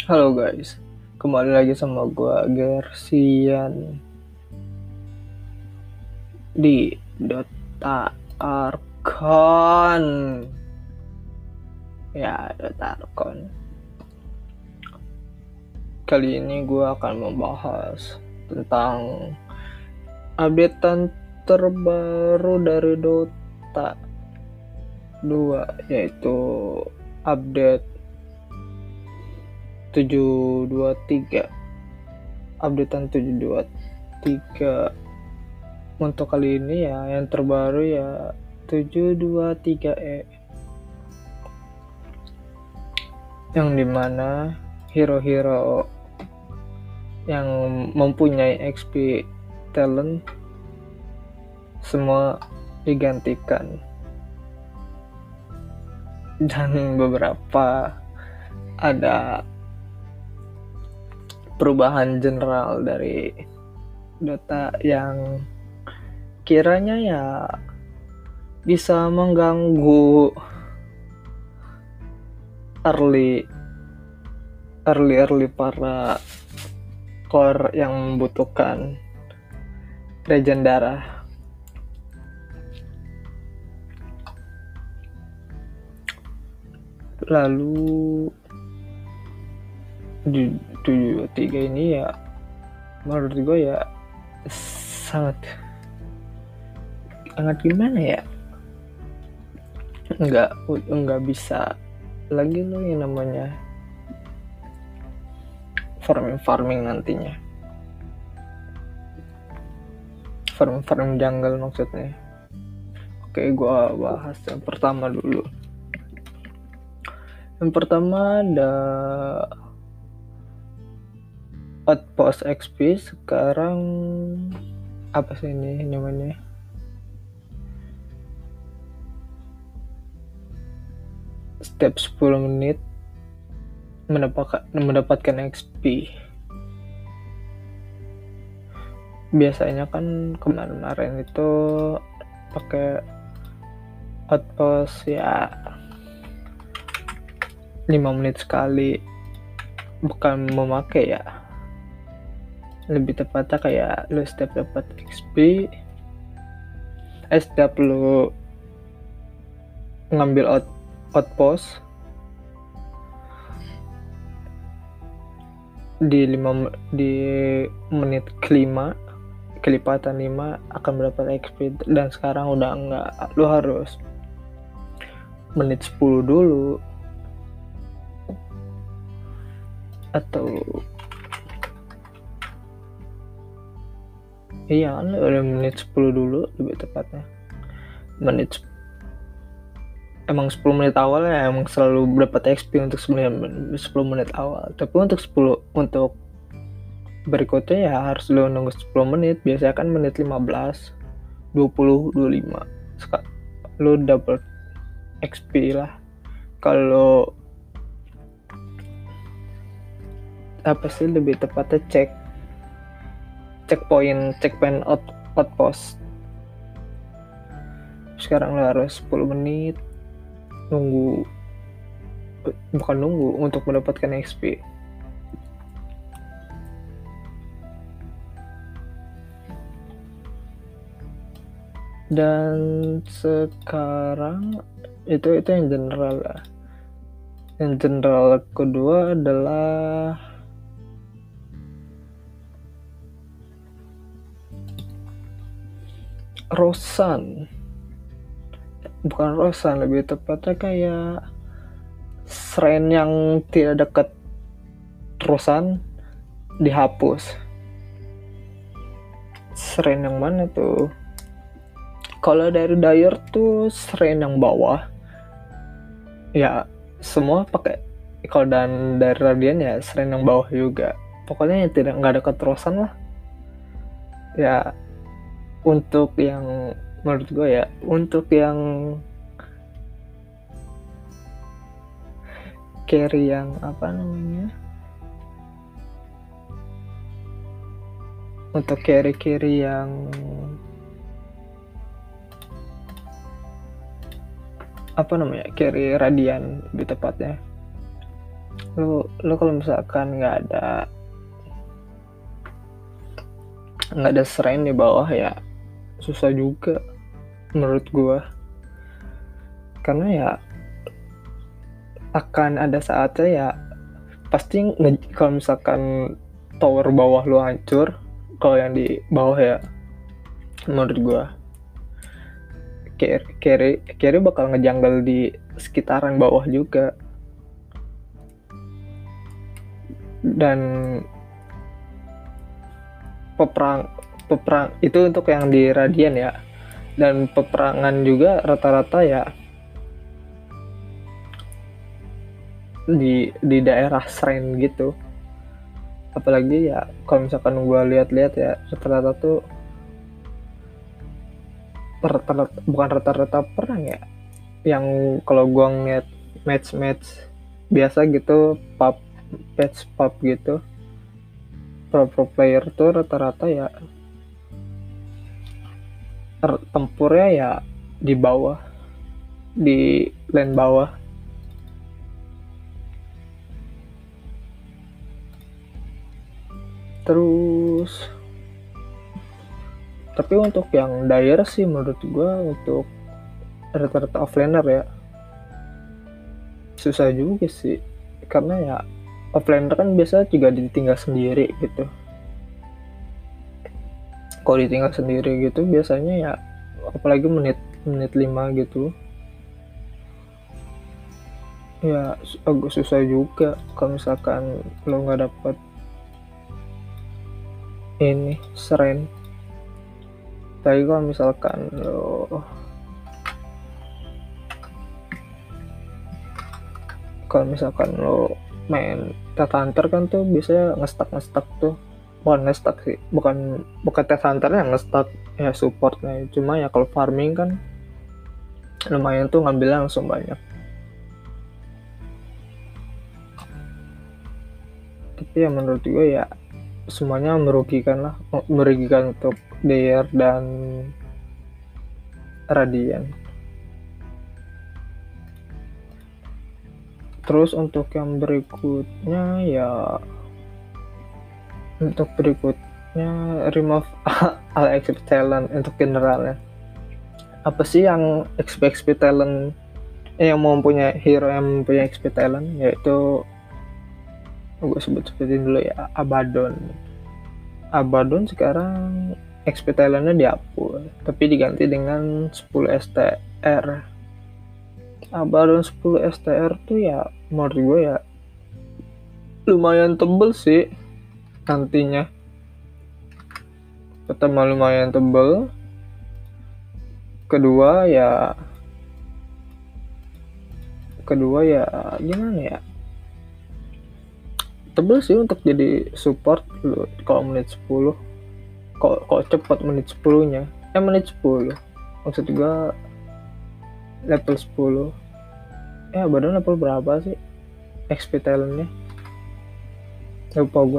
Halo guys, kembali lagi sama gua Gersian di Dota Arkon. Ya, Dota Arkon. Kali ini gua akan membahas tentang updatean terbaru dari Dota 2, yaitu update 723. Updatean 723 untuk kali ini ya, yang terbaru ya 723E, yang dimana hero-hero yang mempunyai XP talent semua digantikan, dan beberapa ada perubahan general dari Dota yang kiranya ya bisa mengganggu early para core yang membutuhkan regen darah. Lalu di 723 ini ya menurut gue ya sangat gimana ya, nggak bisa lagi lo yang namanya farming nantinya, farming jungle maksudnya. Oke, gua bahas yang pertama dulu. Yang pertama ada Outpost XP. Sekarang apa sih ini namanya, setiap 10 menit mendapatkan XP. Biasanya kan kemarin itu pakai outpost ya 5 menit sekali, bukan memakai ya, lebih tepatnya kayak lu setiap dapat XP, setiap lu ngambil outpost di menit kelima, kelipatan 5 akan mendapat XP. Dan sekarang udah enggak, lu harus menit 10 dulu, atau iya kan udah menit 10 dulu lebih tepatnya. Emang 10 menit awal ya emang selalu dapat XP untuk 10 menit awal, tapi untuk berikutnya ya harus lu nunggu 10 menit. Biasanya kan menit 15, 20, 25 lu double XP lah. Kalau apa sih lebih tepatnya checkpoint outpost, sekarang lu harus 10 menit nunggu untuk mendapatkan XP. Dan sekarang itu yang general lah. Yang general kedua adalah Rosan. Bukan Rosan, lebih tepatnya kayak shrine yang tidak dekat Rosan dihapus. Shrine yang mana tuh? Kalau dari Dire tuh shrine yang bawah ya semua pakai. Kalau dari Radiant ya shrine yang bawah juga, pokoknya yang nggak dekat Rosan lah ya. Untuk yang menurut gue ya, untuk yang carry yang apa namanya, untuk carry yang apa namanya, carry Radiant lebih tepatnya, Lu kalau misalkan nggak ada serain di bawah ya susah juga menurut gua, karena ya akan ada saatnya ya pasti kalau misalkan tower bawah lu hancur, kalau yang di bawah ya menurut gua carry bakal ngejanggal di sekitaran bawah juga. Dan peperang itu untuk yang di Radiant ya, dan peperangan juga rata-rata ya di daerah Shrine gitu. Apalagi ya kalau misalkan gue lihat-lihat ya rata-rata tuh bukan rata-rata perang ya, yang kalau gue ngeliat match biasa gitu, pub gitu, pro player tuh rata-rata ya tempurnya ya di bawah, di lane bawah. Terus tapi untuk yang Dire sih menurut gue untuk rata-rata offlaner ya susah juga sih, karena ya offlaner kan biasa juga ditinggal sendiri gitu. Kalau ditinggal sendiri gitu biasanya ya apalagi menit 5 gitu ya agak susah juga kalau misalkan lo nggak dapet ini seren. Tapi kalau misalkan lo main Tata Hunter kan tuh biasanya ngestak tuh, bukan ngestak sih, bukan Tata Hunternya ngestak ya, supportnya. Cuma ya kalau farming kan lumayan tuh ngambilnya langsung banyak. Tapi ya menurut gue ya semuanya merugikan untuk Dire dan Radiant. Terus untuk yang berikutnya ya remove all XP talent untuk generalnya. Apa sih yang XP talent yang mempunyai hero yang mempunyai XP talent, yaitu gue sebutin dulu ya, Abaddon sekarang XP talentnya dihapus tapi diganti dengan 10 STR. Abaddon 10 STR tuh ya menurut gue ya lumayan tebel sih nantinya. Pertama lumayan tebel, kedua ya gimana ya, tebel sih untuk jadi support lu kalau menit 10, kalau cepat menit 10 nya menit 10 maksud gua level 10 badan level berapa sih XP talentnya lupa gua.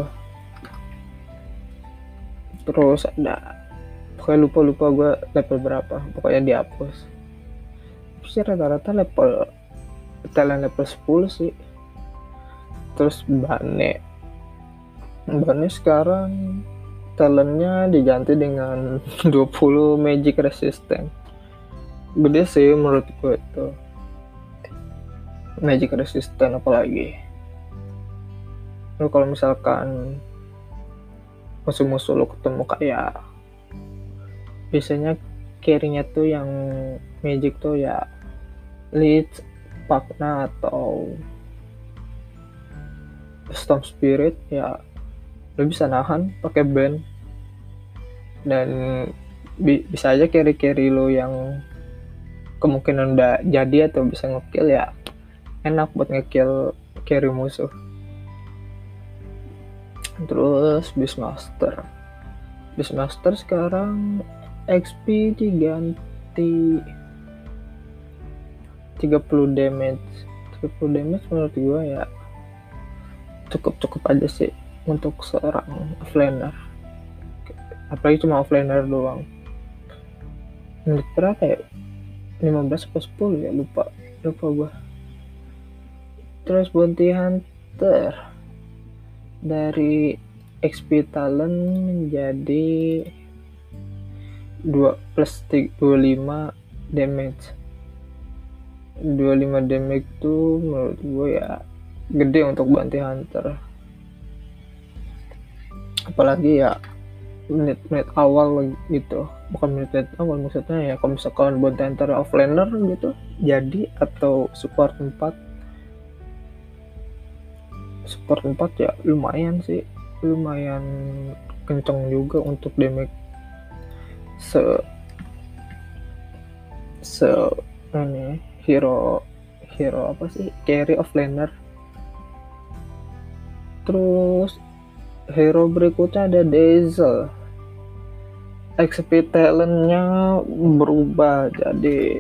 Terus ada pokoknya lupa gua level berapa, pokoknya dihapus. Terus rata-rata talent level 10 sih. Terus Bane sekarang talentnya diganti dengan 20 magic resistant. Gede sih menurut gue itu magic resistant. Apalagi lu kalau misalkan musuh-musuh lu ketemu kayak biasanya carry-nya tuh yang magic tuh ya Lich, Pakna atau Storm Spirit, ya lo bisa nahan pakai band, dan bisa aja carry lo yang kemungkinan udah jadi atau bisa ngekill ya enak buat ngekill carry musuh. Terus Beastmaster sekarang XP diganti 30 damage menurut gue ya cukup aja sih untuk seorang offlaner, apalagi cuma offlaner doang. Menit berapa ya, 15 atau 10 ya, lupa gue. Terus bounty Hunter dari XP talent menjadi 2 plus 25 damage. 25 damage tuh menurut gue ya gede untuk Bounty Hunter, apalagi ya menit-menit awal gitu, bukan menit awal, maksudnya ya kalau misalkan Bounty Hunter offlaner gitu jadi, atau support 4 ya lumayan sih, lumayan kenceng juga untuk damage ini hero apa sih, carry offlaner. Terus hero berikutnya ada Dazzle. XP talentnya berubah jadi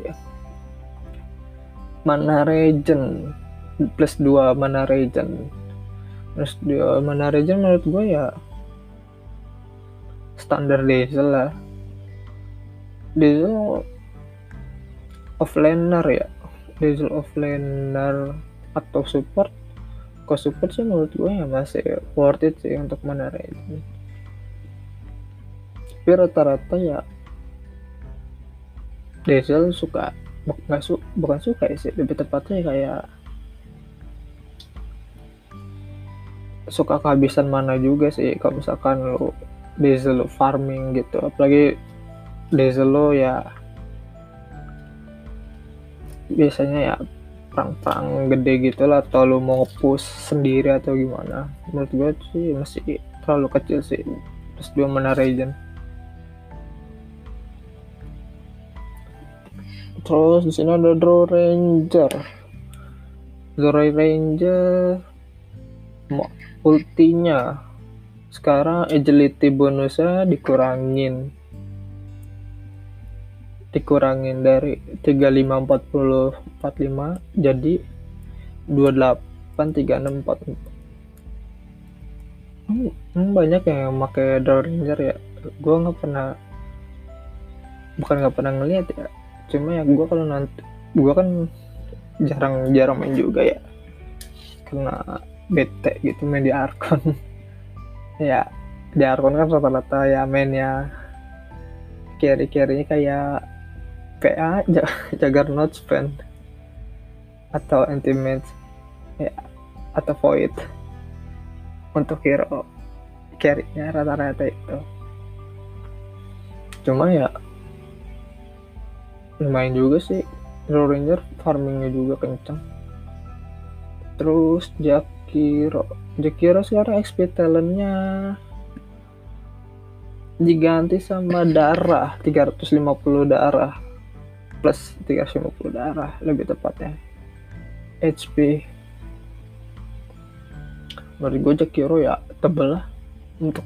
mana regen plus 2 mana regen. Terus 2 mana regen menurut gue ya standar Dazzle lah. Dazzle offlaner ya, Dazzle offlaner atau support. Kalau support sih menurut gue ya masih worth it sih untuk mana regen. Tapi rata-rata ya Dazzle bukan suka sih, lebih tepatnya kayak suka kehabisan mana juga sih kalau misalkan lo Dazzle farming gitu, apalagi Dazzle lo ya biasanya ya perang-perang gede gitu lah, atau lo mau nge-push sendiri atau gimana. Menurut gue sih masih terlalu kecil sih terus 2 mana regen. Terus di sini ada Draw Ranger. Ultinya sekarang agility bonusnya dikurangin dari 35 40 45 jadi 28 36 44. Banyak yang pakai Draw Ranger ya. Gue nggak pernah ngeliat ya, cuma ya gue kalau nanti gue kan jarang main juga ya, karena bete gitu main di Arkon. Ya di Arkon kan rata-rata ya mainnya carry-nya kayak PA, Juggernaut, Spend atau Anti-Mage ya, atau Void untuk hero carry-nya rata-rata itu. Cuma ya lumayan juga sih Draw Ranger, farmingnya juga kenceng. Terus Jakiro sekarang XP talentnya diganti sama darah, 350 darah plus 350 darah lebih tepatnya HP. Menurut gue Jakiro ya tebel lah untuk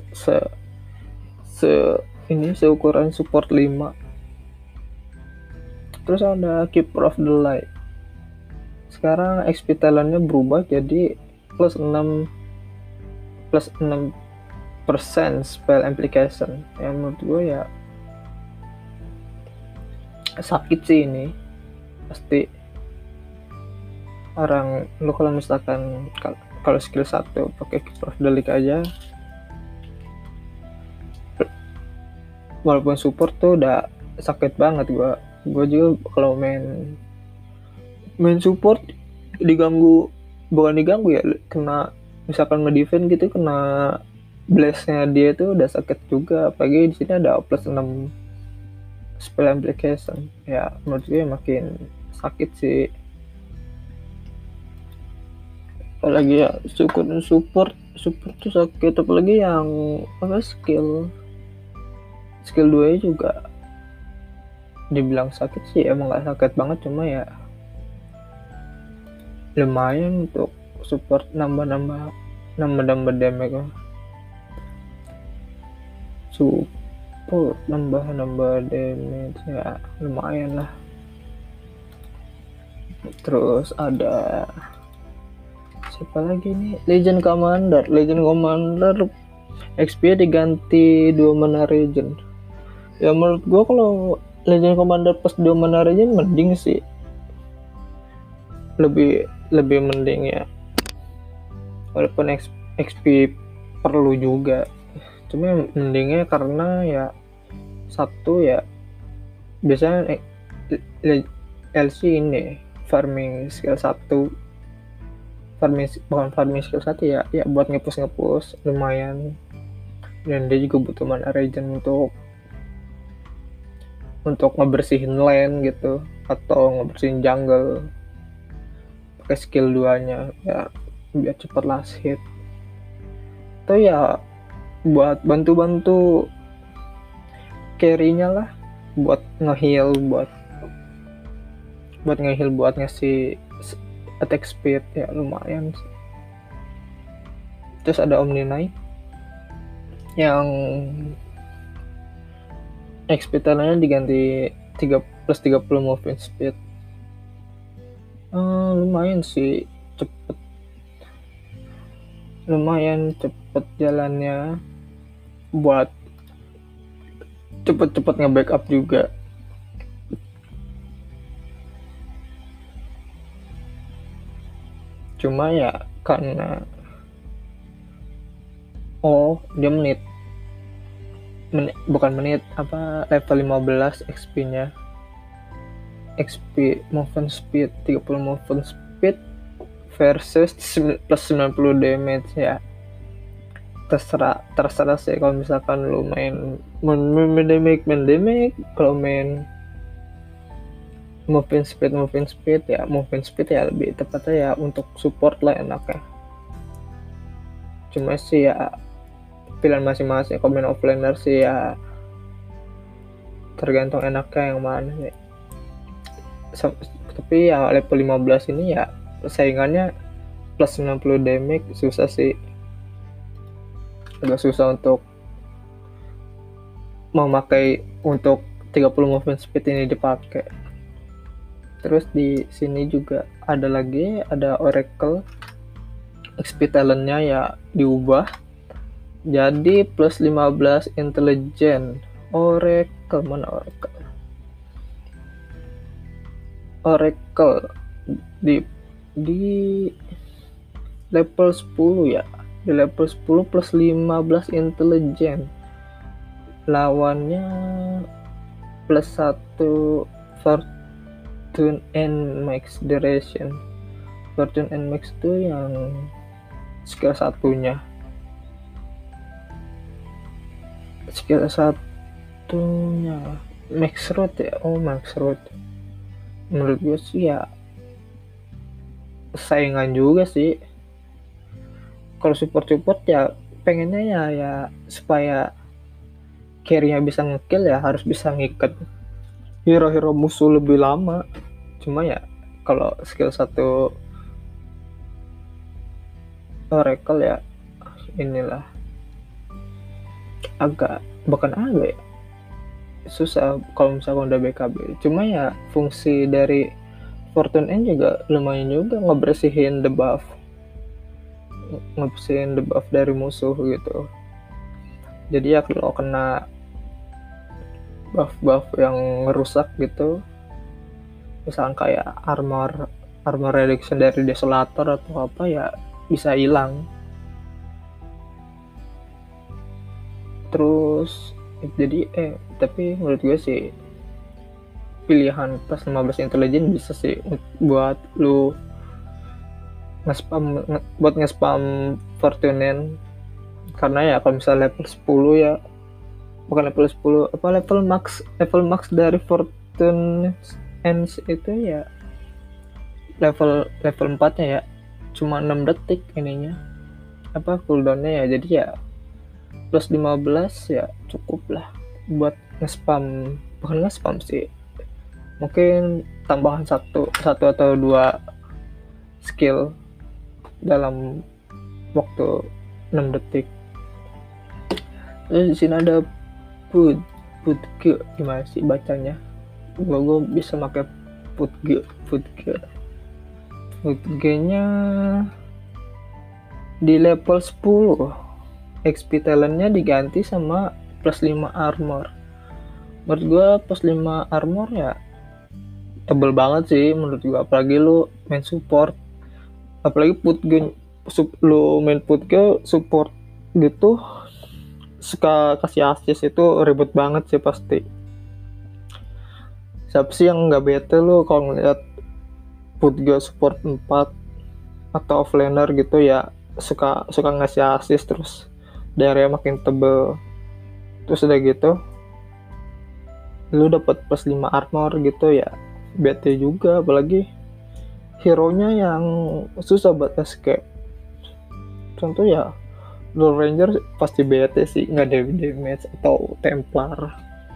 seukuran support 5. Terus ada Keeper of the Light. Sekarang XP talentnya berubah jadi plus 6% spell application. Yang menurut gue ya sakit sih ini. Pasti orang lu kalau misalkan kalau skill 1 pakai Keeper of the Light aja, walaupun support tuh udah sakit banget. Gue juga kalau main support bukan diganggu ya, kena misalkan ngedefend gitu, kena blast-nya dia tuh udah sakit juga. Apalagi di sini ada plus 6 spell application ya, menurut gue makin sakit sih. Apalagi ya support tuh sakit, apalagi yang skill 2 juga dibilang sakit sih, emang gak sakit banget, cuma ya lumayan untuk support nambah damage. Support nambah damage ya lumayan lah. Terus ada siapa lagi nih, Legend Commander XP diganti 2 mana regen. Ya menurut gue kalau Legend Commander plus 2 mana regen mending sih, lebih mending ya. walaupun XP perlu juga, cuma mendingnya karena ya satu ya biasanya LC ini farming skill 1, bukan farming skill 1 ya buat ngepus lumayan, dan dia juga butuh mana regen untuk ngebersihin lane gitu atau ngebersihin jungle pakai skill 2-nya ya biar cepet last hit. Atau ya buat bantu-bantu carry-nya lah, buat nge-heal, buat ngasih attack speed ya lumayan. Terus ada Omni Knight yang XP talentnya diganti 30 movement speed. Lumayan sih cepet jalannya, buat cepet nge-backup juga. Cuma ya karena dia level 15 XP-nya. XP movement speed 30 movement speed versus plus 90 damage ya. Terserah sih kalau misalkan lu main damage, kalau main movement speed ya lebih tepatnya ya untuk support lah enaknya. Cuma sih ya pilihan masing-masing. Kalau main offlaner sih ya tergantung enaknya yang mana ya. Tapi ya level 15 ini ya saingannya plus 90 damage susah sih, agak susah untuk memakai untuk 30 movement speed ini dipakai. Terus di sini juga ada Oracle XP talentnya ya diubah jadi plus 15 intelligent. Oracle mana Oracle di level 10 ya, di level 10 plus 15 intelligent, lawannya plus 1 fortune and max duration. Fortune and max itu yang skill satunya, max root ya. Max root menurut gue sih ya saingan juga sih. Kalau support ya pengennya ya supaya carry-nya bisa ngekill ya harus bisa ngikat hero musuh lebih lama. Cuma ya kalau skill 1 Oracle ya inilah susah kalau misalkan udah BKB. Cuma ya fungsi dari Fortune End juga lumayan juga ngebersihin debuff dari musuh gitu. Jadi ya kalau kena buff yang ngerusak gitu, misalkan kayak armor reduction dari Desolator atau apa ya bisa hilang. Terus jadi tapi menurut gue sih pilihan plus 15 intelligent bisa sih buat lu nge-spam Fortune, karena ya kalau misalnya level 10 ya bukan level 10 level max dari Fortune Ends itu ya level 4 nya ya cuma 6 detik ininya cooldownnya ya. Jadi ya plus 15 ya cukup lah buat bukan nge-spam sih, mungkin tambahan satu atau 2 skill dalam waktu 6 detik. Terus di sini ada Putge, gimana sih bacanya? Gue bisa pakai Putge nya di level 10 XP talentnya diganti sama plus 5 armor. Menurut gue plus 5 armor ya tebel banget sih menurut gue, apalagi lu main support, apalagi lu main Putga support gitu suka kasih assist itu ribet banget sih pasti. Siapa sih yang nggak bete lu kalau ngeliat Putga support 4 atau offlaner gitu ya, suka ngasih assist terus daerahnya makin tebel, terus udah gitu lu dapat plus 5 armor gitu ya, bete juga. Apalagi hero nya yang susah buat escape, contoh ya Lord Ranger pasti bete sih, nggak ada damage, atau Templar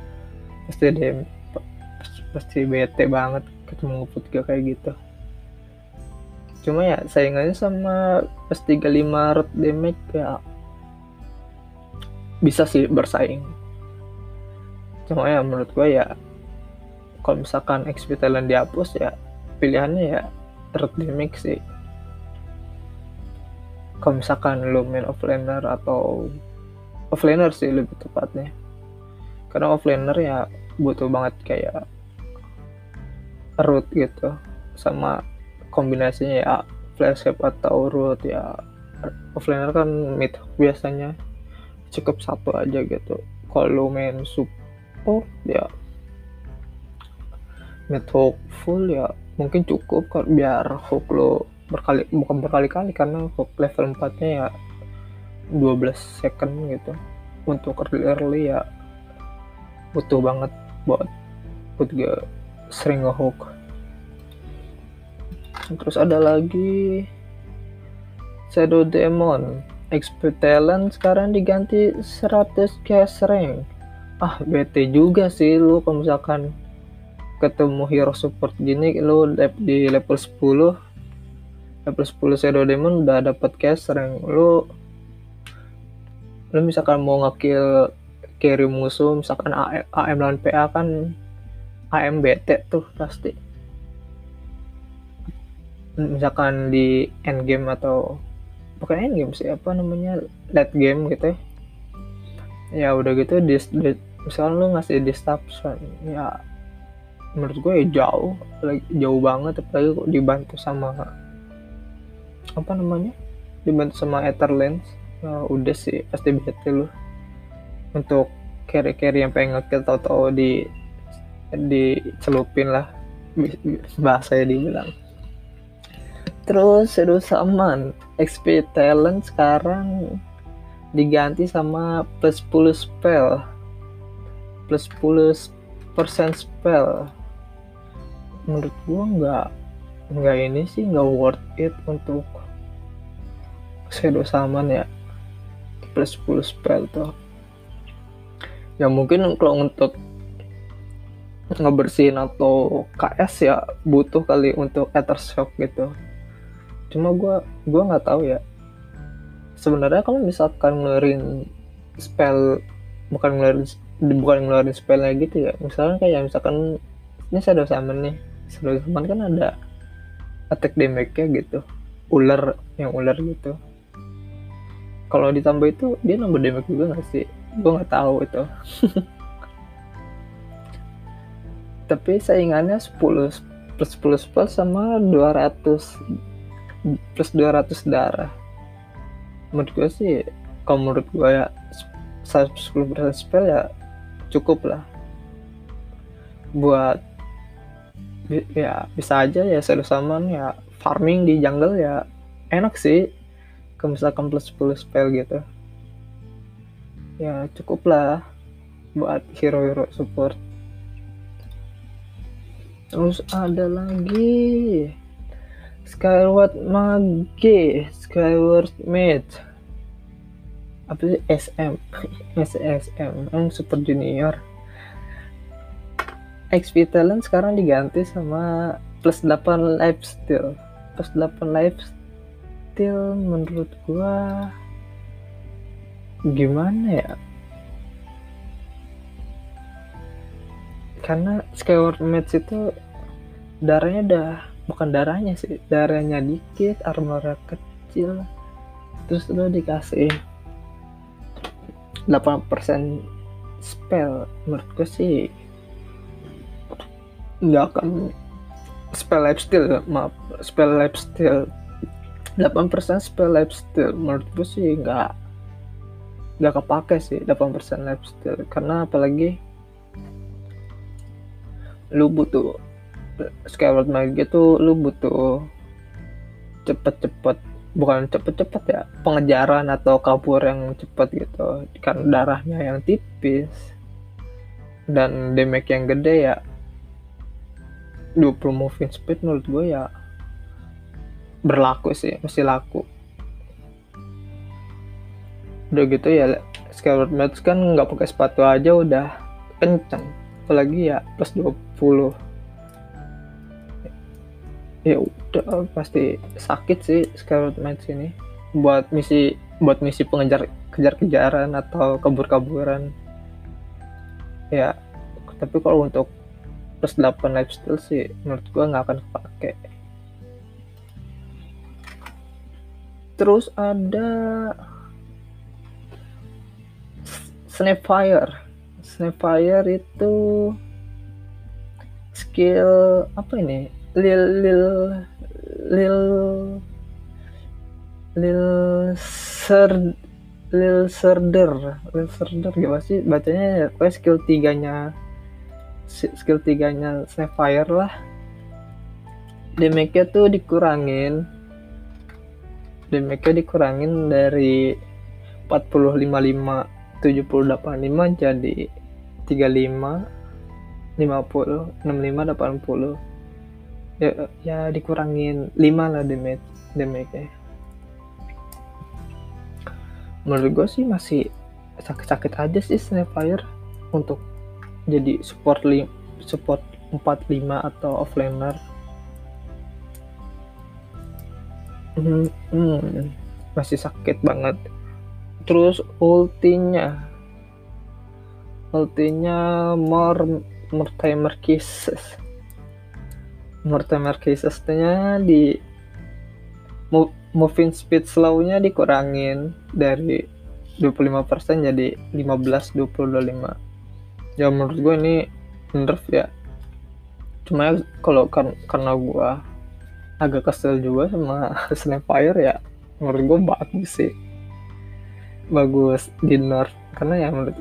pasti bete banget ketemu Putga kayak gitu. Cuma ya saingannya sama plus 35 root damage ya bisa sih bersaing. Cuma ya menurut gue ya kalau misalkan XP talent dihapus ya pilihannya ya root damage sih. Kalau misalkan lo main offlaner atau offlaner sih lebih tepatnya, karena offlaner ya butuh banget kayak root gitu, sama kombinasinya ya flashcap atau root ya. Offlaner kan mid biasanya cukup satu aja gitu. Kalau main support ya mid hook full ya mungkin cukup biar hook lo bukan berkali-kali, karena hook level 4 nya ya 12 second gitu. Untuk early ya butuh banget buat Putga sering nge-hook. Terus ada lagi Shadow Demon XP talent sekarang diganti 100 cash rank. Bete juga sih lu kalau misalkan ketemu hero support gini, lu di level 10 Shadow Demon udah dapat cash rank. Lu misalkan mau nge-kill carry musuh, misalkan AM lawan PA kan AM bete tuh pasti. Misalkan di end game atau bukan end game sih, apa namanya, late game gitu ya udah gitu misalkan lu ngasih disruption ya menurut gue ya jauh banget, apalagi kok dibantu sama Etherlens ya udah sih pasti bete lu. Untuk carry yang pengen nge-kill tau dicelupin lah bahasanya dibilang. Terus Shadow Shaman XP talent sekarang diganti sama plus 10 spell, plus 10% spell. Menurut gua nggak ini sih, nggak worth it untuk Shadow Shaman ya, plus 10 spell tuh ya. Mungkin kalau untuk ngebersihin atau KS ya butuh kali untuk Ether Shock gitu. Cuma gue nggak tahu ya sebenarnya kalau misalkan ngeluarin spell, bukan ngeluarin spellnya gitu ya, misalkan misalkan ini Shadow Summon kan ada attack damage-nya gitu, ular gitu. Kalau ditambah itu dia nambah damage juga nggak sih? Gue nggak tahu itu. Tapi saingannya 10 plus 10 spell sama 200 plus 200 darah. Menurut gue sih, kalau menurut gue ya 10% spell ya cukup lah buat ya, bisa aja ya Shadow Summon ya farming di jungle ya enak sih. Kalau misalkan plus 10 spell gitu ya cukup lah buat hero support. Terus ada lagi Skyward Mage apa sih, SSM Super Junior XP talent sekarang diganti sama plus 8 lifesteal. Plus 8 lifesteal menurut gua gimana ya, karena Skyward Mage itu darahnya dikit, armornya kecil, terus lo dikasih 8% spell. Menurut gue sih nggak akan spell lifesteal 8% spell lifesteal menurut gue sih nggak kepake sih 8% lifesteal, karena apalagi lu butuh Skyward Mage tuh lu butuh cepet-cepet, bukan cepet-cepet ya, pengejaran atau kabur yang cepet gitu, karena darahnya yang tipis dan damage yang gede ya. 20 moving speed menurut gue ya berlaku sih, masih laku. Udah gitu ya Skyward Mage kan nggak pakai sepatu aja udah kenceng, apalagi ya plus 20 ya udah pasti sakit sih Skyward Mage ini buat misi kejar-kejaran atau kabur-kaburan ya. Tapi kalau untuk plus 8 lifesteal sih menurut gua nggak akan kepake. Terus ada Snapfire itu skill apa ini? Lil Surder gimana sih bacanya ya? Pokoknya skill tiganya Snapfire lah. Damage-nya tuh dikurangin dari 40-55 70-85 jadi 35 50 65 80 ya dikurangin 5 lah damage-nya. Menurut gue sih masih sakit-sakit aja sih Snapfire untuk jadi support 45 atau offlaner. Masih sakit banget. Terus ultinya Mortimer Kisses-nya di moving speed slow-nya dikurangin dari 25% jadi 15 20 25. Ya menurut gue ini nerf ya. Cuma kalau karena gue agak kesel juga sama Snapfire ya, menurut gue bagus di nerf, karena ya menurut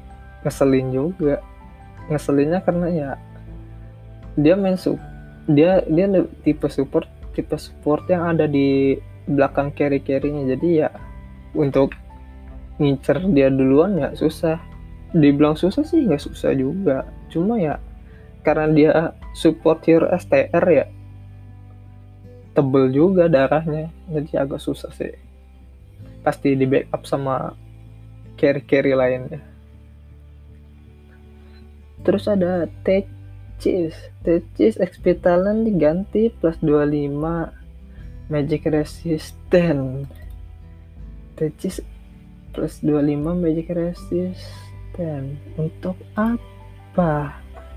ngeselinnya karena ya dia tipe support yang ada di belakang carry-nya, jadi ya untuk ngincer dia duluan ya susah. Dibilang susah sih nggak susah juga, cuma ya karena dia support hero STR ya tebel juga darahnya, jadi agak susah sih, pasti di backup sama carry lainnya. Terus ada Techies XP talent diganti plus 25 magic resistant. Techies plus 25 magic resistant untuk apa?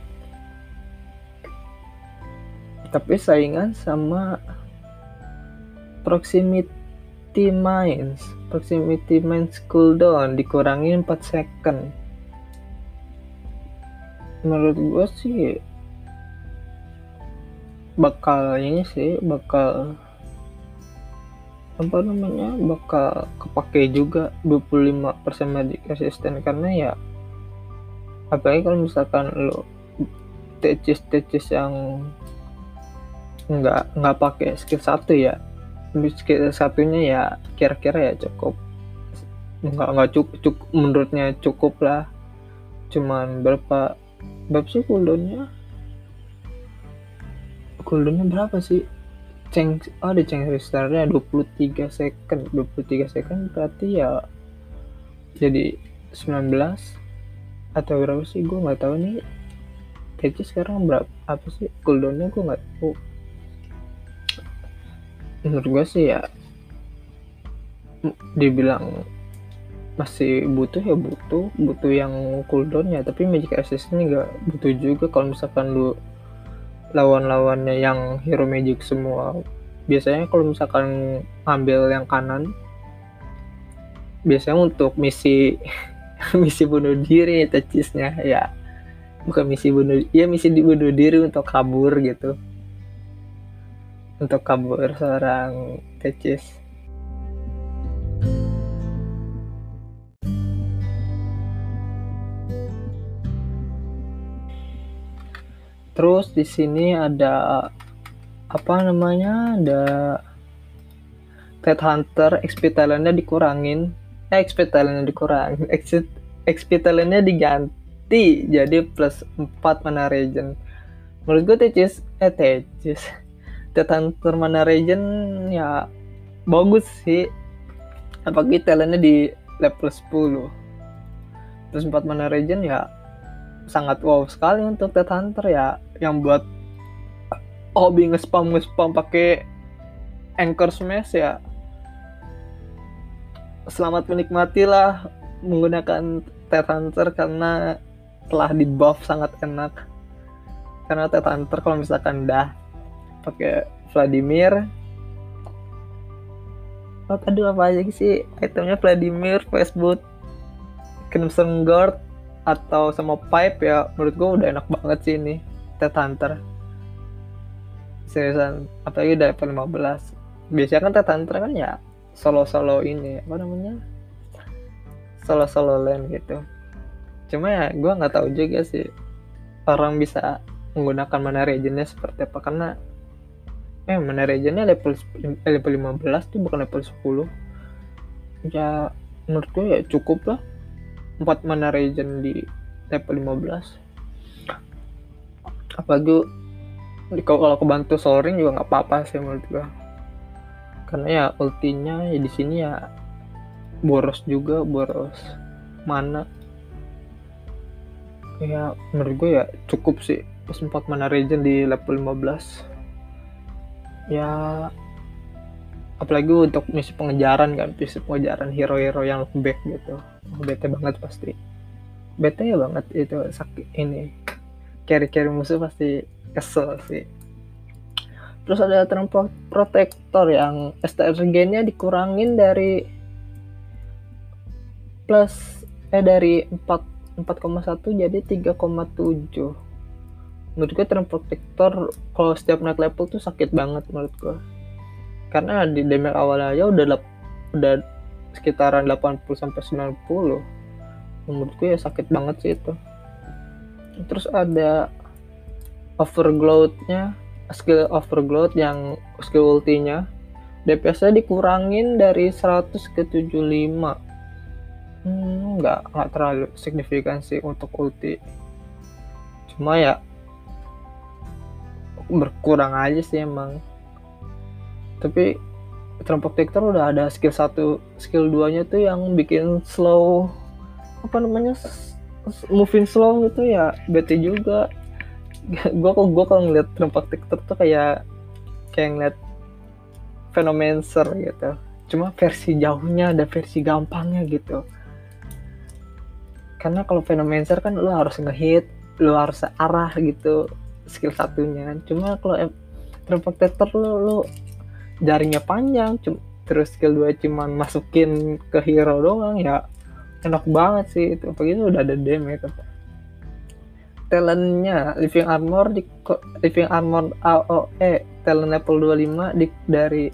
Tapi saingan sama Proximity Mines cooldown dikurangin 4 second. Menurut gue sih bakal kepake juga 25% magic resistant, karena ya apalagi kalau misalkan lo Techies yang nggak pakai skill 1 ya, skill satunya ya kira-kira ya cukup menurutnya cukup lah. Cuman berapa sih cooldownnya berapa sih? Ada change restartnya 23 second berarti ya jadi 19 atau berapa sih, gue nggak tahu nih. Techies sekarang berapa apa sih cooldownnya, gue nggak tahu. Menurut gue sih ya dibilang masih butuh yang cooldown ya, tapi magic resistance ini nggak butuh juga kalau misalkan lu lawan-lawannya yang hero magic semua. Biasanya kalau misalkan ngambil yang kanan biasanya untuk misi bunuh diri Techiesnya ya, bukan misi bunuh diri untuk kabur gitu. untuk kabur seorang Tecis. Terus di sini ada apa namanya, ada Ted Hunter, XP talentnya dikurangin, XP talentnya dikurangin, XP talentnya diganti jadi plus 4 mana regen. Menurut gue Tecis Ted Hunter mana regen ya bagus sih, apalagi talentnya di level 10 plus 4 mana regen ya sangat wow sekali untuk Ted Hunter ya, yang buat hobi nge-spam pakai Anchor Smash ya. Selamat menikmati lah menggunakan Ted Hunter karena telah di buff sangat enak. Karena Ted Hunter kalau misalkan dah pakai Vladimir, aduh apa aja sih itemnya, Vladimir, Facebook, Crimson Guard atau sama Pipe ya, menurut gue udah enak banget sih ini Ted Hunter. Seriusan, apalagi udah level 15. Biasanya kan Ted Hunter kan ya solo ini apa namanya, solo lane gitu. Cuma ya gue nggak tahu juga sih orang bisa menggunakan mana regennya seperti apa, karena mana regennya level 15 tuh bukan level 10 ya. Menurut gue ya cukup lah 4 mana regen di level 15. Apalagi kalau kebantu soaring juga nggak apa-apa sih menurut gue, karena ya ultinya ya di sini ya boros mana ya. Menurut gue ya cukup sih plus 4 mana regen di level 15 ya. Apalagi untuk misi pengejaran hero-hero yang back gitu, bete banget pasti, bete ya banget itu sakit ini, carry musuh pasti kesel sih. Terus ada Protector yang STR gainnya dikurangin dari dari 4,1 jadi 3,7. Menurut gue Protector kalau setiap naik level tuh sakit banget menurut gue, karena di damage awal aja udah sekitaran 80-90. Menurut gue ya sakit banget sih itu. Terus ada Overglow-nya, skill Overglow yang skill ultinya DPS-nya dikurangin dari 100 ke 75. Nggak terlalu signifikan sih untuk ulti, cuma ya berkurang aja sih emang. Tapi Protector udah ada skill 1, skill 2 nya tuh yang bikin slow, apa namanya, moving slow gitu ya, bete juga. gue kalau ngeliat Protector tuh kayak ngeliat Venomancer gitu, cuma versi jauhnya, ada versi gampangnya gitu. Karena kalau Venomancer kan lo harus ngehit, lo harus searah gitu skill satunya. Cuma kalau Protector lo jaringnya panjang, terus skill 2 cuman masukin ke hero doang ya, enak banget sih itu. Begitu udah ada damage. Talentnya Living Armor AOE talent level 25 dari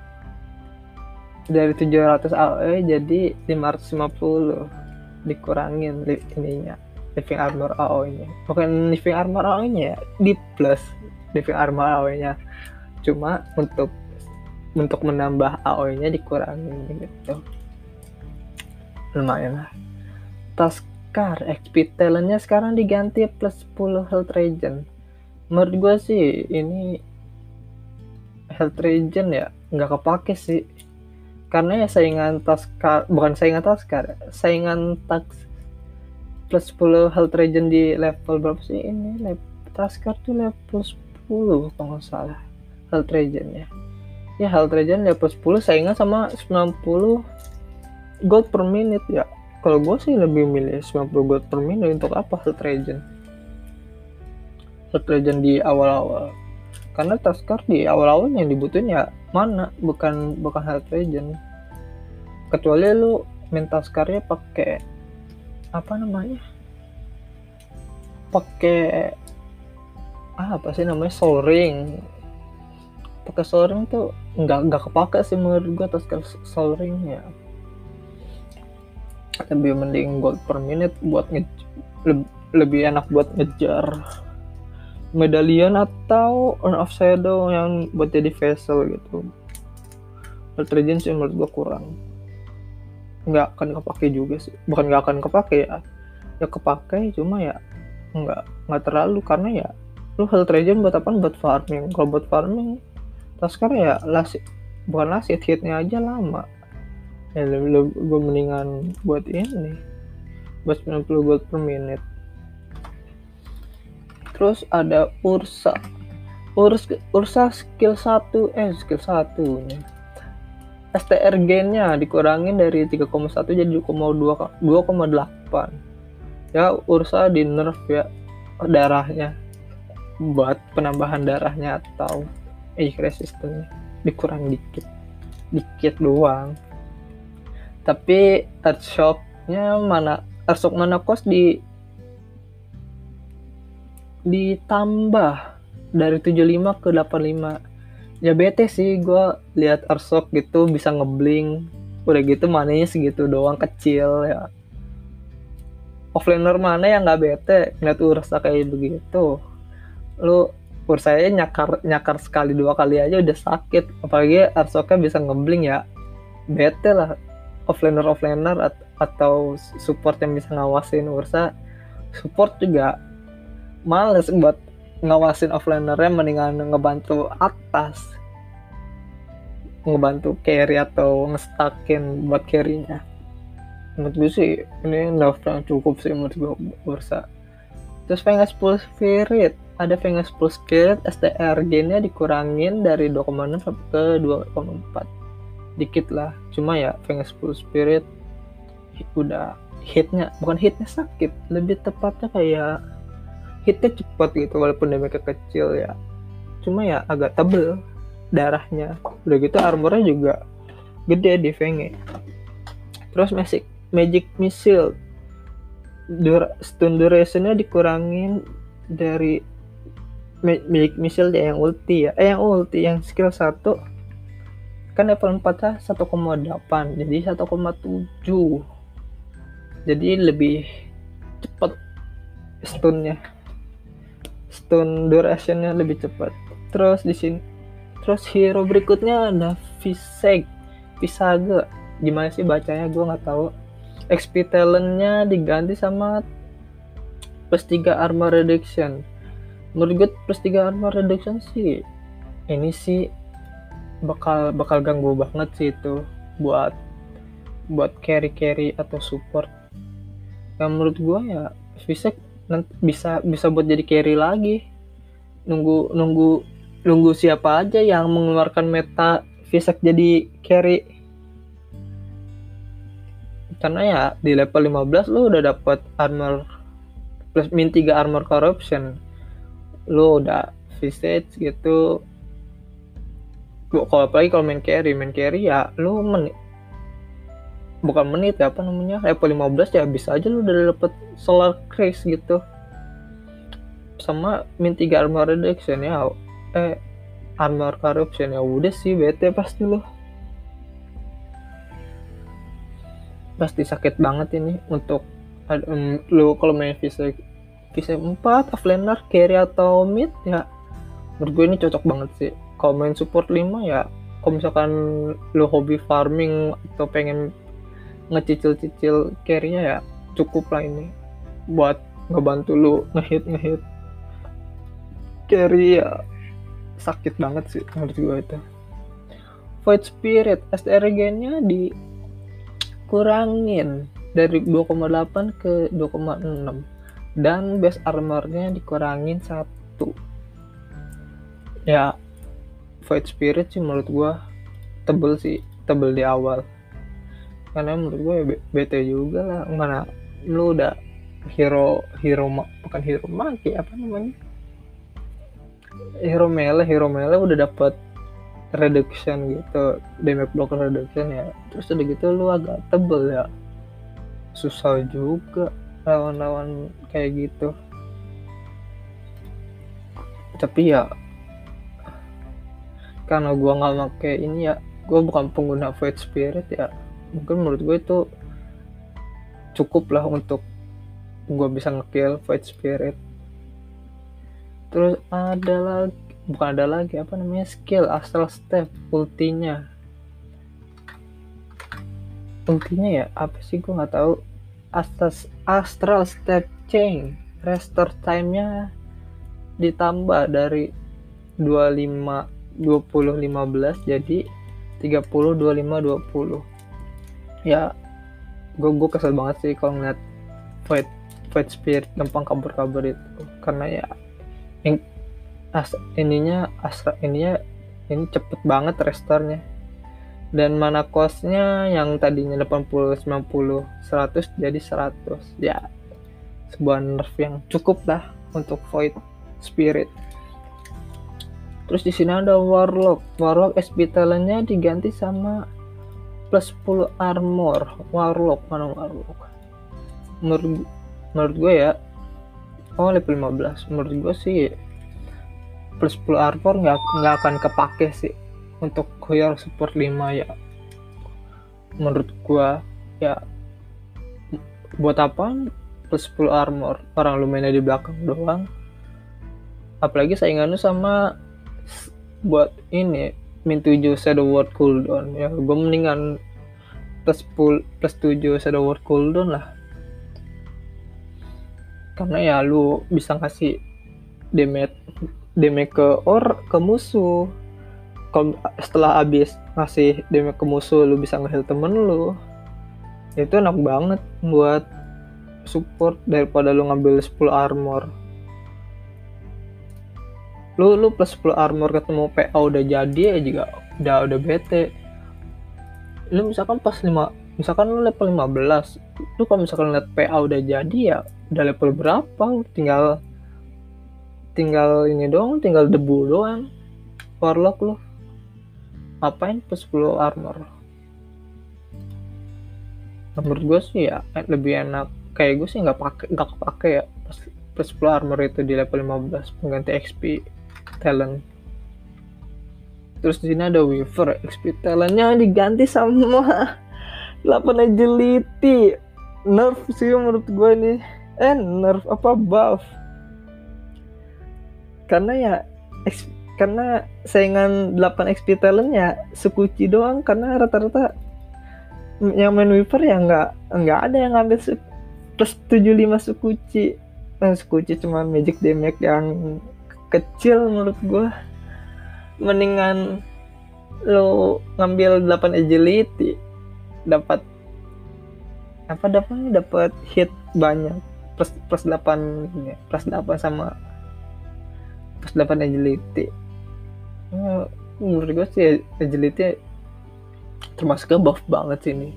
700 AOE jadi 550, dikurangin ininya Living Armor AOE nya, bukan Living Armor AOE nya ya, di plus Living Armor AOE nya, cuma untuk menambah AOE nya dikurangin gitu. Lumayan lah. Taskar XP talentnya sekarang diganti plus 10 health regen. Menurut gue sih ini health regen ya nggak kepake sih, karena ya saingan Taskar plus 10 health regen di level berapa sih ini? Taskar tuh level 10 kalau nggak salah health regennya. Ya health regen level 10 saingan sama 90 gold per minute ya. Kalau gue sih lebih milih 90 gold per minute. Untuk apa health regen di awal-awal? Karena Taskar di awal-awal yang dibutuhin ya mana, bukan health regen. Kecuali lu main Taskarnya pakai apa namanya, pakai apa sih namanya, Soul Ring. pakai Sol Ring tuh nggak kepake sih menurut gue. Tasker Sol Ring ya lebih mending gold per minute buat lebih enak buat ngejar medallion atau Urn of Shadow yang buat jadi vessel gitu. Health Regen sih menurut gue kurang, nggak akan kepake juga sih, bukan nggak akan kepake ya kepake, cuma ya nggak terlalu, karena ya lu Health Regen buat apa? Buat farming. Kalau buat farming Tasker ya bukan lasit, hitnya aja lama ya. Gue mendingan buat ini, buat 90 gold per minute. Terus ada Ursa skill 1 nya STR gainnya dikurangin dari 3,1 jadi 2,8 ya. Ursa di nerf ya darahnya, buat penambahan darahnya atau resistance dikurang dikit doang. Tapi Earthshock-nya mana cost ditambah dari 75 ke 85. Ya bete sih gue lihat Earthshock gitu bisa ngebling, udah gitu mananya segitu doang, kecil ya. Offlaner mana yang nggak bete ngeliat Ursa kayak begitu? Lu Ursanya nyakar sekali 2 kali aja udah sakit, apalagi Earthshock-nya bisa ngebling ya. Bete lah offlaner atau support yang bisa ngawasin Ursa. Support juga males buat ngawasin offlanernya, mendingan ngebantu atas, ngebantu carry atau ngestakin buat carry-nya. Menurut gue sih ini nerf yang cukup sih menurut gue Ursa. Terus Venus Pulse Spirit, ada Venus Pulse Spirit STR gainnya dikurangin dari 2,6 sampai ke 2,4, dikit lah. Cuma ya Venus Pulse Spirit udah bukan hitnya sakit, lebih tepatnya kayak hitnya cepat gitu, walaupun damage kecil ya. Cuma ya agak tebel darahnya, udah gitu armornya juga gede di Venge. Terus Magic Missile stun durationnya dikurangin dari Magic Missile yang ulti yang skill 1 kan level 4 1,8 jadi 1,7, jadi lebih cepat stunnya, stun durationnya lebih cepat. Terus di sini hero berikutnya ada Visage, gimana sih bacanya gue nggak tahu. XP talentnya diganti sama plus 3 armor reduction. Menurut gue plus 3 armor reduction sih ini sih bakal ganggu banget sih itu buat carry atau support. Yang menurut gue ya Visage bisa buat jadi carry lagi. Nunggu siapa aja yang mengeluarkan meta Visage jadi carry. Karena ya di level 15 lu udah dapat armor plus min 3 armor corruption, lu udah Visage gitu. Apalagi kalau main carry ya lu level 15 ya bisa aja lu udah dapet Solar Craze gitu sama min 3 armor reduction ya, armor corruption ya. Udah sih bete pasti lu, pasti sakit banget ini untuk lu kalau main Visage 4 offlaner carry atau mid ya. Menurut gue ini cocok banget sih. Kalau main support 5 ya, kalau misalkan lu hobi farming atau pengen ngecicil carry-nya ya cukup lah ini buat ngebantu lu ngehit carry ya. Sakit banget sih menurut gue itu. Void Spirit STR gainnya dikurangin dari 2,8 ke 2,6 dan base armornya dikurangin 1 ya. Void Spirit sih menurut gue tebel di awal, karena menurut gue bete juga lah, mana lu udah hero melee udah dapat reduction gitu, damage block reduction ya. Terus udah gitu lu agak tebel ya, susah juga lawan kayak gitu. Tapi ya karena gue nggak pakai ini ya, gue bukan pengguna Void Spirit ya, mungkin menurut gue itu cukup lah untuk gue bisa ngekill Void Spirit. Terus bukan ada lagi apa namanya, skill Astral Step, ultinya ya apa sih, gue nggak tahu. Astral Step Chain, restore time-nya ditambah dari 20-15 jadi 30-25-20. Ya gue kesel banget sih kalau ngeliat Void Spirit gampang kabur itu, karena ya ini cepet banget restore-nya. Dan mana cost-nya yang tadinya 80, 90, 100 jadi 100. Ya sebuah nerf yang cukup lah untuk Void Spirit. Terus di sini ada Warlock SP talent-nya diganti sama plus 10 armor. Mana Warlock? Menurut gue ya, level 15. Menurut gue sih plus 10 armor nggak akan kepake sih untuk hero support 5 ya. Menurut gue ya, buat apa plus 10 armor, orang lu mainnya di belakang doang. Apalagi saingannya sama buat ini min 7 Shadow Word cooldown ya, gue mendingan plus 7 Shadow Word cooldown lah, karena ya lu bisa ngasih damage ke musuh. Kalau setelah habis ngasih damage ke musuh lu bisa nge-heal temen lu, itu enak banget buat support daripada lu ngambil 10 armor. Lu plus 10 armor ketemu PA udah jadi ya, juga udah bete. Lu misalkan misalkan lu level 15, lu kalau misalkan lihat PA udah jadi ya udah level berapa, tinggal ini doang, tinggal debu doang. Warlock lu ngapain plus 10 armor? Menurut gue sih ya lebih enak, kayak gue sih nggak pakai ya plus 10 armor itu di level 15 pengganti XP talent. Terus di sini ada Weaver, XP talentnya diganti sama 8 agility. Nerf sih menurut gue nih. Nerf apa buff? Karena saingan 8 XP talent ya Sukuchi doang, karena rata-rata yang main Weaver ya nggak ada yang ngambil plus 75 Sukuchi. Sukuchi cuma magic damage yang kecil menurut gue. Mendingan lo ngambil 8 agility, dapat hit banyak, plus 8 sama plus 8 agility. Menurut gue sih agility termasuk buff banget sih ini.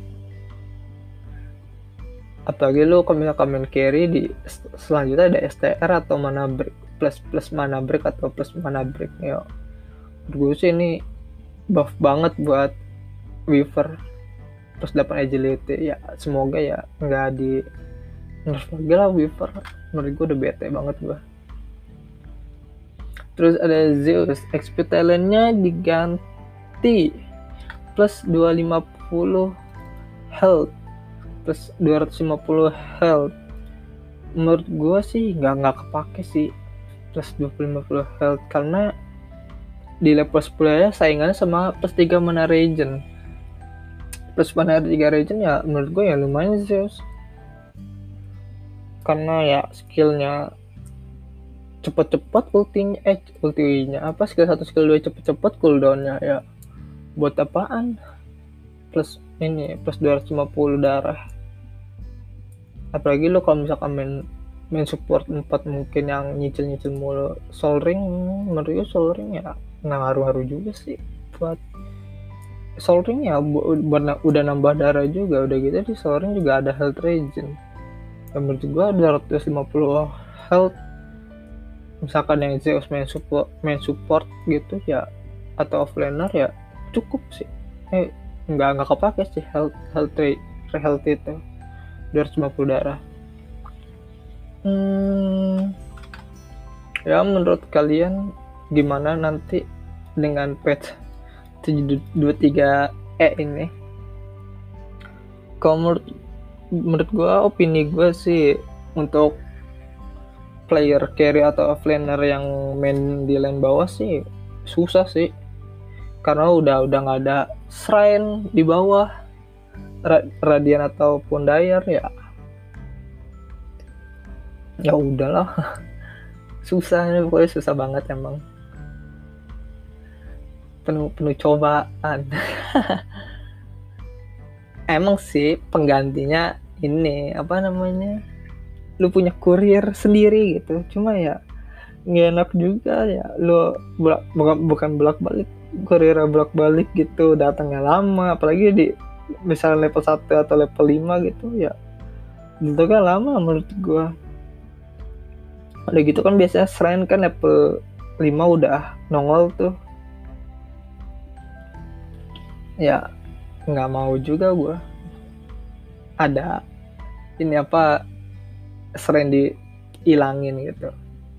Apalagi lo kalau misalkan main carry di selanjutnya ada STR atau mana break, plus mana break atau plus mana break ya. Menurut gue sih ini buff banget buat Weaver, plus 8 agility ya. Semoga ya nggak di nerf lagi lah Weaver. Menurut gue udah bete banget gue. Terus ada Zeus, XP talentnya diganti plus 250 health, plus 250 health. Menurut gue sih nggak kepake sih plus 250 health, karena di level 10 ya saingannya sama plus 3 mana regen. Plus mana 3 regen ya menurut gue ya lumayan Zeus, karena ya skillnya cepet-cepet, ultinya apa, skill 1 skill 2 cepet-cepet cooldownnya ya. Buat apaan plus 250 darah? Apalagi lo kalau misalkan main support 4 mungkin yang nyicil mulu. Soul Ring, menurut gue Soul Ring ya nggak ngaruh juga sih. Buat Soul Ring ya udah nambah darah juga, udah gitu di Soul Ring juga ada health regen. Menurut gue 250 health, misalkan yang Zeus main support gitu ya, atau offlaner ya cukup sih. Nggak kepake sih health itu 250 darah. Ya menurut kalian gimana nanti dengan patch 723E ini. Kalau menurut gue, opini gue sih, untuk player carry atau offlaner yang main di lane bawah sih susah sih, karena udah nggak ada shrine di bawah, Radiant ataupun Dire, ya udahlah. Susah, pokoknya susah banget emang, penuh cobaan. Emang sih penggantinya ini apa namanya, lu punya kurir sendiri gitu, cuma ya nggak enak juga ya, lu bukan bolak-balik, kurir bolak-balik gitu, datangnya lama, apalagi di misalnya level 1 atau level 5 gitu ya, itu kan lama menurut gua. Udah gitu kan biasanya shrine kan level 5 udah nongol tuh, ya nggak mau juga gue ada ini apa, sering dihilangin gitu,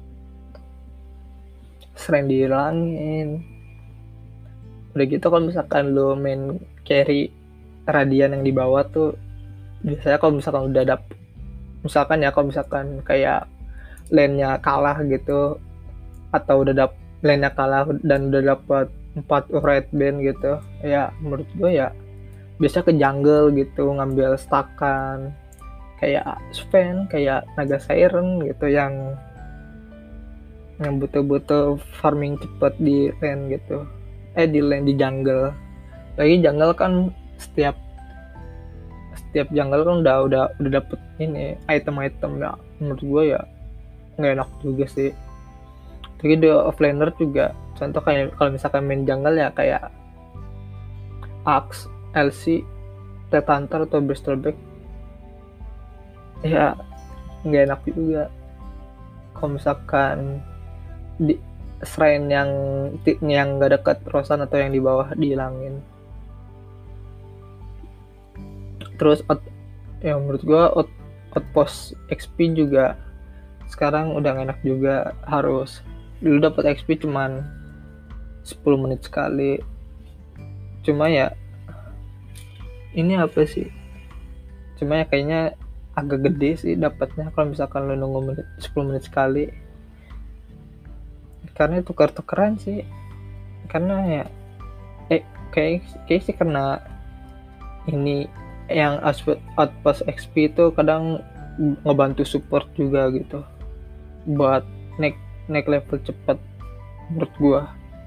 sering dihilangin. Udah gitu kalau misalkan lo main carry Radiant yang di bawah tuh, biasanya kalau misalkan udah kalau misalkan kayak lane-nya kalah gitu, atau udah lane-nya kalah dan udah dapat 4 red band gitu, ya menurut gue ya biasa ke jungle gitu, ngambil stakan kayak Sven, kayak Naga Siren gitu, yang butuh farming cepet di lane gitu, di jungle. Lagi jungle kan setiap jungle kan udah dapet ini item-item, ya menurut gue ya nggak enak juga sih. Jadi di offlaner juga, contoh kayak kalau misalkan main jungle ya kayak Axe, LC, Red Hunter atau Bristleback, ya nggak enak juga kalau misalkan di shrine yang nggak dekat Rosan atau yang di bawah dihilangin. Terus menurut gua outpost XP juga sekarang udah gak enak juga, harus dulu dapat XP cuman 10 menit sekali. Cuma ya ini apa sih, cuma ya kayaknya agak gede sih dapatnya kalau misalkan lo nunggu 10 menit sekali, karena tukar-tukeran sih, karena ya kayak sih karena ini yang outpost XP itu kadang ngebantu support juga gitu buat naik level cepat menurut gua.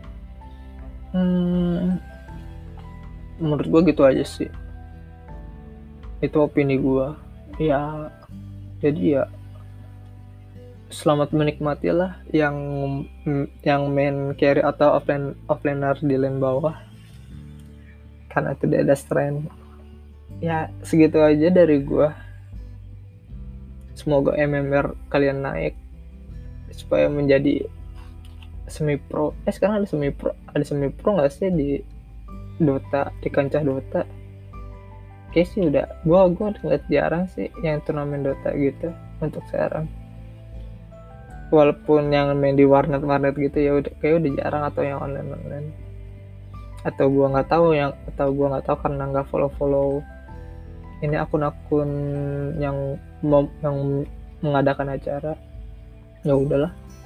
Menurut gua gitu aja sih, itu opini gua ya. Jadi ya selamat menikmati lah yang main carry atau offlaner di lane bawah, karena tidak ada strength. Ya segitu aja dari gua. Semoga MMR kalian naik supaya menjadi semi pro. Sekarang ada semi pro nggak sih di Dota, di kancah Dota? Kayaknya sih udah, gua ngeliat jarang sih yang turnamen Dota gitu untuk sekarang. Walaupun yang main di warnet gitu ya udah jarang, atau yang online, atau gua nggak tahu karena nggak follow ini akun-akun yang mengadakan acara. Ya udahlah,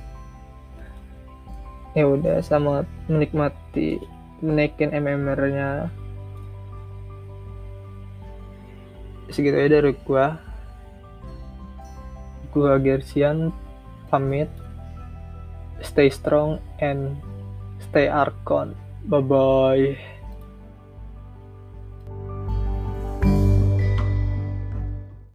ya udah, sama menikmati menaikin MMR-nya. Segitu aja dari gua Gersian pamit. Stay strong and stay Archon. Bye bye.